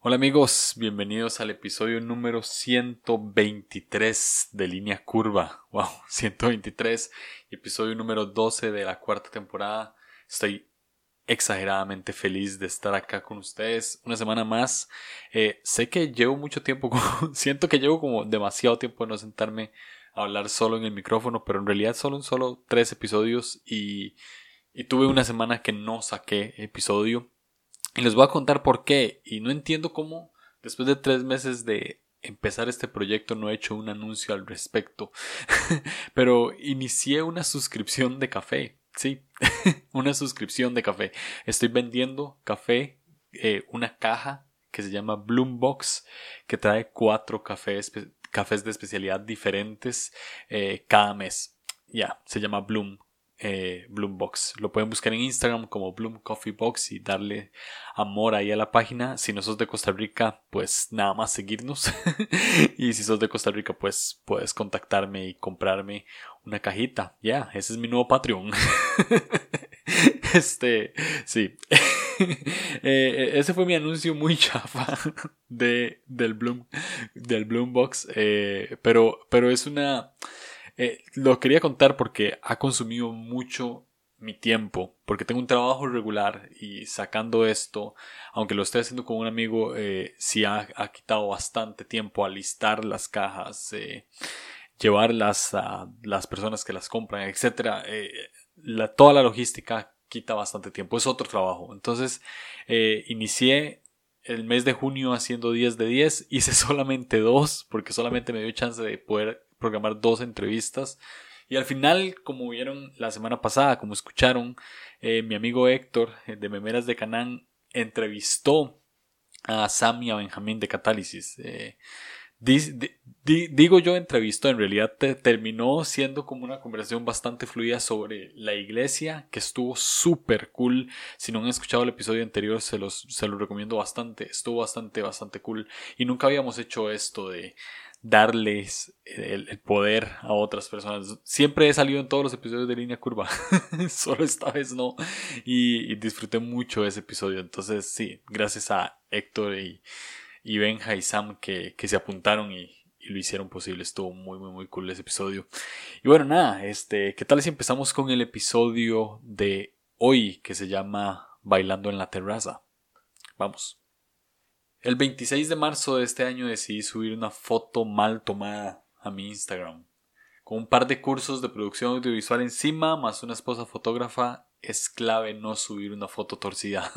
Hola amigos, bienvenidos al episodio número 123 de Línea Curva. Wow, 123, episodio número 12 de la cuarta temporada. Estoy exageradamente feliz de estar acá con ustedes una semana más. Sé que llevo mucho tiempo, siento que llevo como demasiado tiempo de no sentarme a hablar solo en el micrófono, pero en realidad solo 3 episodios y tuve una semana que no saqué episodio. Y les voy a contar por qué. Y no entiendo cómo, después de 3 meses de empezar este proyecto, no he hecho un anuncio al respecto. Pero inicié una suscripción de café. Sí, una suscripción de café. Estoy vendiendo café, una caja que se llama Bloombox, que trae 4 cafés de especialidad diferentes cada mes. Ya, se llama Bloombox. Lo pueden buscar en Instagram como Bloom Coffee Box y darle amor ahí a la página. Si no sos de Costa Rica, pues nada más seguirnos. Y si sos de Costa Rica, pues puedes contactarme y comprarme una cajita. Ya, ese es mi nuevo Patreon. Este, sí. Ese fue mi anuncio muy chafa del Bloombox. Pero es una. Lo quería contar porque ha consumido mucho mi tiempo, porque tengo un trabajo regular y sacando esto, aunque lo esté haciendo con un amigo, sí ha quitado bastante tiempo alistar las cajas, llevarlas a las personas que las compran, etcétera. Toda la logística quita bastante tiempo, es otro trabajo. Entonces, inicié el mes de junio haciendo 10 de 10, hice solamente dos, porque solamente me dio chance de poder programar 2 entrevistas. Y al final, como vieron la semana pasada, como escucharon, mi amigo Héctor de Memeras de Canán entrevistó a Sam y a Benjamín de Catálisis. Digo yo entrevistó, en realidad terminó siendo como una conversación bastante fluida sobre la iglesia, que estuvo súper cool. Si no han escuchado el episodio anterior, se los recomiendo bastante. Estuvo bastante cool. Y nunca habíamos hecho esto de darles el poder a otras personas. Siempre he salido en todos los episodios de Línea Curva, solo esta vez no. Y disfruté mucho ese episodio. Entonces sí, gracias a Héctor y Benja y Sam que se apuntaron y lo hicieron posible. Estuvo muy cool ese episodio. Y bueno, nada, ¿qué tal si empezamos con el episodio de hoy que se llama Bailando en la Terraza? Vamos. El 26 de marzo de este año decidí subir una foto mal tomada a mi Instagram. Con un par de cursos de producción audiovisual encima, más una esposa fotógrafa, es clave no subir una foto torcida.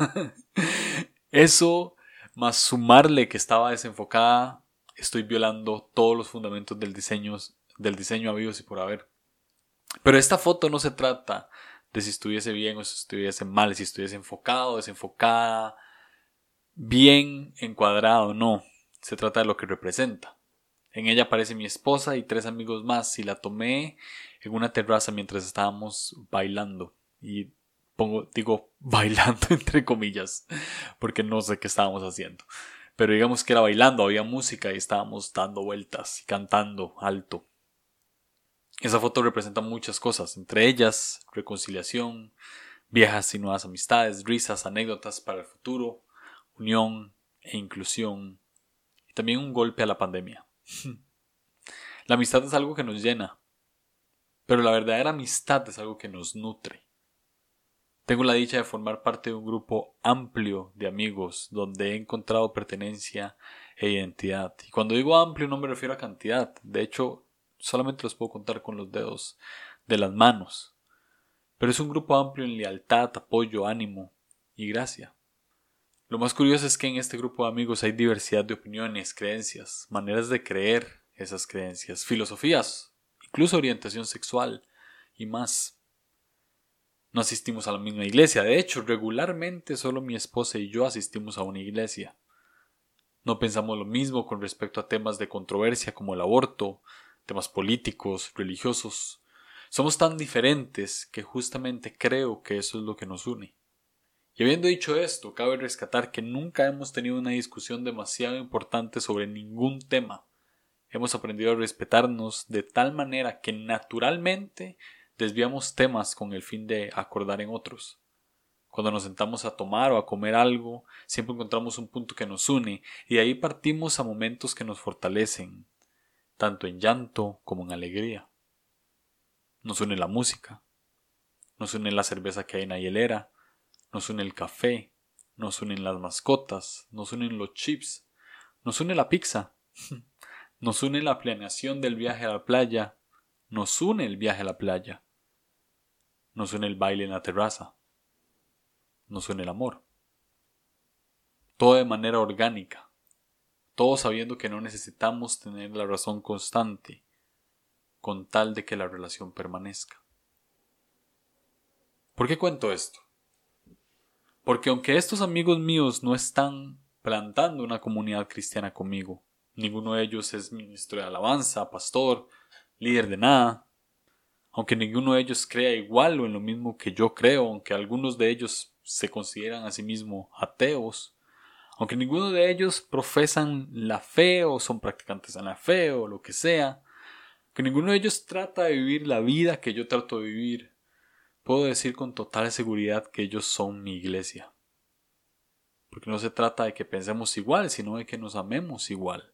Eso, más sumarle que estaba desenfocada, estoy violando todos los fundamentos del diseño habidos y por haber. Pero esta foto no se trata de si estuviese bien o si estuviese mal, si estuviese enfocado, desenfocada, bien encuadrado, no. Se trata de lo que representa. En ella aparece mi esposa y 3 amigos más y la tomé en una terraza mientras estábamos bailando. Y digo bailando entre comillas, porque no sé qué estábamos haciendo. Pero digamos que era bailando, había música y estábamos dando vueltas y cantando alto. Esa foto representa muchas cosas, entre ellas reconciliación, viejas y nuevas amistades, risas, anécdotas para el futuro, unión e inclusión, y también un golpe a la pandemia. La amistad es algo que nos llena, pero la verdadera amistad es algo que nos nutre. Tengo la dicha de formar parte de un grupo amplio de amigos donde he encontrado pertenencia e identidad. Y cuando digo amplio no me refiero a cantidad, de hecho solamente los puedo contar con los dedos de las manos. Pero es un grupo amplio en lealtad, apoyo, ánimo y gracia. Lo más curioso es que en este grupo de amigos hay diversidad de opiniones, creencias, maneras de creer esas creencias, filosofías, incluso orientación sexual y más. No asistimos a la misma iglesia, de hecho, regularmente solo mi esposa y yo asistimos a una iglesia. No pensamos lo mismo con respecto a temas de controversia como el aborto, temas políticos, religiosos. Somos tan diferentes que justamente creo que eso es lo que nos une. Y habiendo dicho esto, cabe rescatar que nunca hemos tenido una discusión demasiado importante sobre ningún tema. Hemos aprendido a respetarnos de tal manera que naturalmente desviamos temas con el fin de acordar en otros. Cuando nos sentamos a tomar o a comer algo, siempre encontramos un punto que nos une y de ahí partimos a momentos que nos fortalecen, tanto en llanto como en alegría. Nos une la música, nos une la cerveza que hay en la hielera, nos une el café, nos unen las mascotas, nos unen los chips, nos une la pizza, nos une la planeación del viaje a la playa, nos une el viaje a la playa, nos une el baile en la terraza, nos une el amor. Todo de manera orgánica, todo sabiendo que no necesitamos tener la razón constante, con tal de que la relación permanezca. ¿Por qué cuento esto? Porque aunque estos amigos míos no están plantando una comunidad cristiana conmigo, ninguno de ellos es ministro de alabanza, pastor, líder de nada, aunque ninguno de ellos crea igual o en lo mismo que yo creo, aunque algunos de ellos se consideran a sí mismos ateos, aunque ninguno de ellos profesan la fe o son practicantes en la fe o lo que sea, que ninguno de ellos trata de vivir la vida que yo trato de vivir, puedo decir con total seguridad que ellos son mi iglesia. Porque no se trata de que pensemos igual, sino de que nos amemos igual.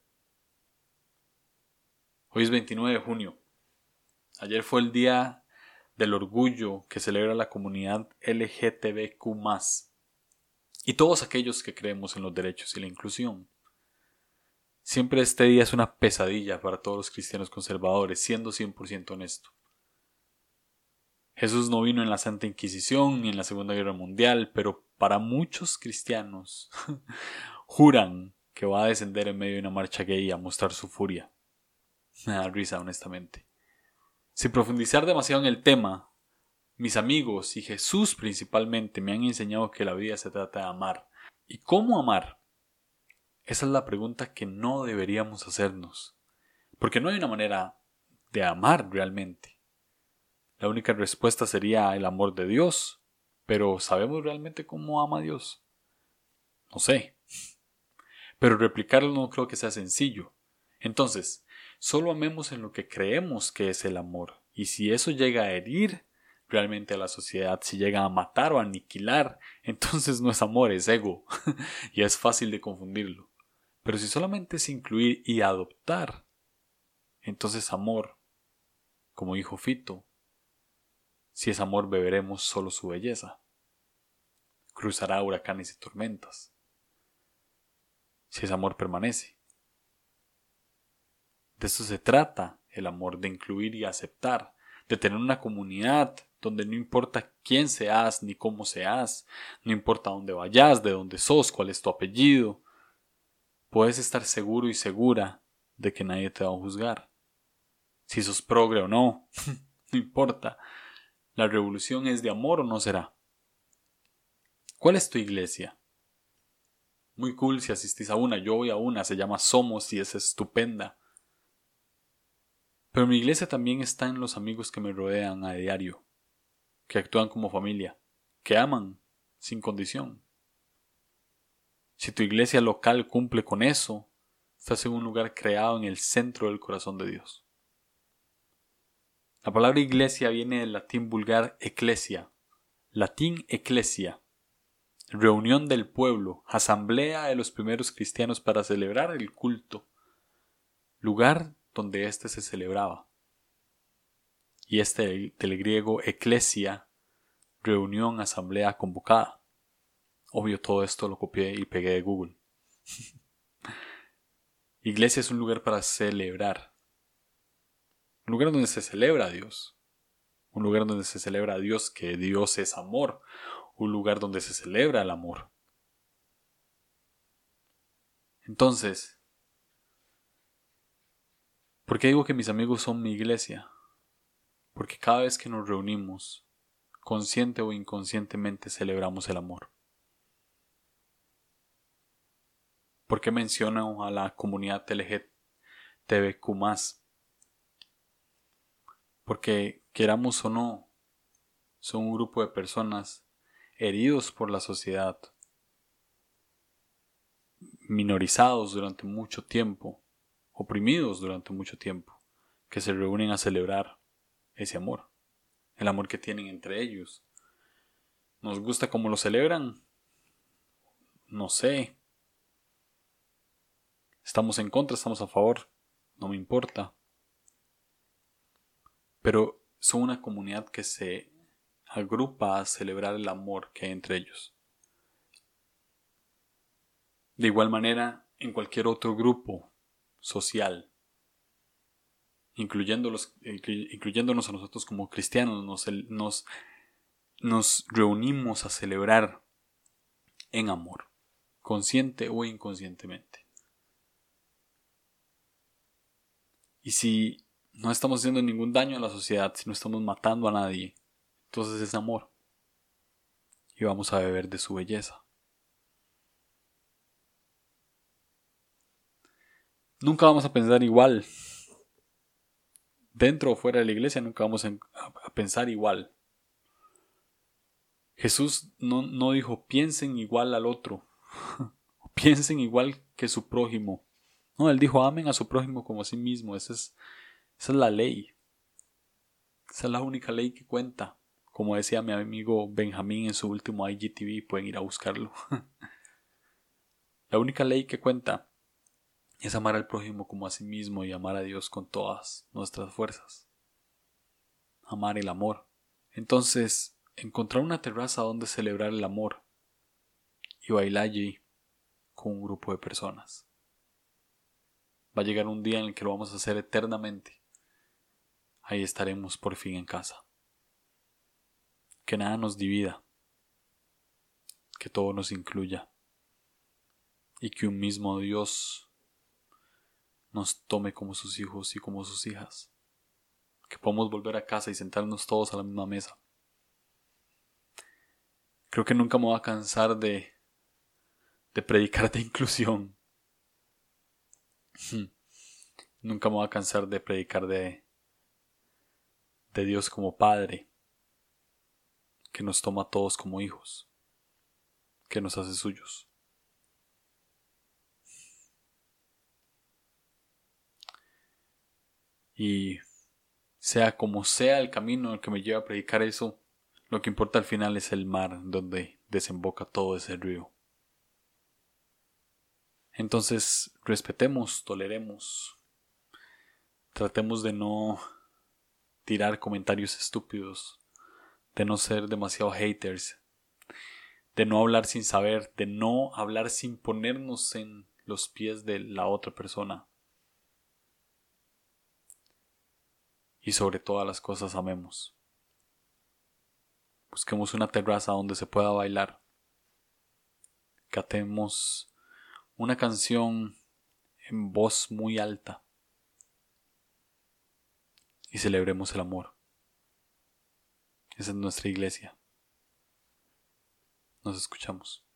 Hoy es 29 de junio. Ayer fue el día del orgullo que celebra la comunidad LGTBQ+, y todos aquellos que creemos en los derechos y la inclusión. Siempre este día es una pesadilla para todos los cristianos conservadores, siendo 100% honesto. Jesús no vino en la Santa Inquisición ni en la Segunda Guerra Mundial, pero para muchos cristianos juran que va a descender en medio de una marcha gay a mostrar su furia. Me da risa, honestamente. Sin profundizar demasiado en el tema, mis amigos y Jesús principalmente me han enseñado que la vida se trata de amar. ¿Y cómo amar? Esa es la pregunta que no deberíamos hacernos, porque no hay una manera de amar realmente. La única respuesta sería el amor de Dios, pero ¿sabemos realmente cómo ama a Dios? No sé. Pero replicarlo no creo que sea sencillo. Entonces, solo amemos en lo que creemos que es el amor, y si eso llega a herir realmente a la sociedad, si llega a matar o a aniquilar, entonces no es amor, es ego, y es fácil de confundirlo. Pero si solamente es incluir y adoptar, entonces amor, como dijo Fito, si es amor beberemos solo su belleza. Cruzará huracanes y tormentas. Si es amor permanece. De eso se trata el amor, de incluir y aceptar, de tener una comunidad donde no importa quién seas ni cómo seas, no importa dónde vayas, de dónde sos, cuál es tu apellido, puedes estar seguro y segura de que nadie te va a juzgar. Si sos progre o no, no importa. La revolución es de amor o no será. ¿Cuál es tu iglesia? Muy cool si asistís a una, yo voy a una, se llama Somos y es estupenda. Pero mi iglesia también está en los amigos que me rodean a diario, que actúan como familia, que aman sin condición. Si tu iglesia local cumple con eso, estás en un lugar creado en el centro del corazón de Dios. La palabra iglesia viene del latín vulgar ecclesia, latín ecclesia, reunión del pueblo, asamblea de los primeros cristianos para celebrar el culto, lugar donde éste se celebraba. Y del griego ecclesia, reunión, asamblea, convocada. Obvio, todo esto lo copié y pegué de Google. Iglesia es un lugar para celebrar. Un lugar donde se celebra a Dios. Un lugar donde se celebra a Dios, que Dios es amor. Un lugar donde se celebra el amor. Entonces, ¿por qué digo que mis amigos son mi iglesia? Porque cada vez que nos reunimos, consciente o inconscientemente celebramos el amor. ¿Por qué menciono a la comunidad LGTBQ+? Porque, queramos o no, son un grupo de personas heridos por la sociedad, minorizados durante mucho tiempo, oprimidos durante mucho tiempo, que se reúnen a celebrar ese amor, el amor que tienen entre ellos. ¿Nos gusta cómo lo celebran? No sé. ¿Estamos en contra? ¿Estamos a favor? No me importa. Pero son una comunidad que se agrupa a celebrar el amor que hay entre ellos. De igual manera, en cualquier otro grupo social, incluyéndonos a nosotros como cristianos, nos reunimos a celebrar en amor, consciente o inconscientemente. Y si no estamos haciendo ningún daño a la sociedad, si no estamos matando a nadie, entonces es amor. Y vamos a beber de su belleza. Nunca vamos a pensar igual. Dentro o fuera de la iglesia nunca vamos a pensar igual. Jesús no dijo piensen igual al otro. Piensen igual que su prójimo. No, él dijo amen a su prójimo como a sí mismo. Esa es la ley. Esa es la única ley que cuenta. Como decía mi amigo Benjamín en su último IGTV, pueden ir a buscarlo. La única ley que cuenta es amar al prójimo como a sí mismo y amar a Dios con todas nuestras fuerzas. Amar el amor. Entonces, encontrar una terraza donde celebrar el amor y bailar allí con un grupo de personas. Va a llegar un día en el que lo vamos a hacer eternamente. Ahí estaremos por fin en casa. Que nada nos divida. Que todo nos incluya. Y que un mismo Dios nos tome como sus hijos y como sus hijas. Que podamos volver a casa y sentarnos todos a la misma mesa. Creo que nunca me voy a cansar de predicar de inclusión. Nunca me voy a cansar de predicar de Dios como Padre, que nos toma a todos como hijos, que nos hace suyos. Y sea como sea el camino en el que me lleva a predicar eso, lo que importa al final es el mar donde desemboca todo ese río. Entonces, respetemos, toleremos, tratemos de no tirar comentarios estúpidos, de no ser demasiado haters, de no hablar sin saber, de no hablar sin ponernos en los pies de la otra persona. Y sobre todas las cosas amemos. Busquemos una terraza donde se pueda bailar. Cantemos una canción en voz muy alta. Y celebremos el amor. Esa es nuestra iglesia. Nos escuchamos.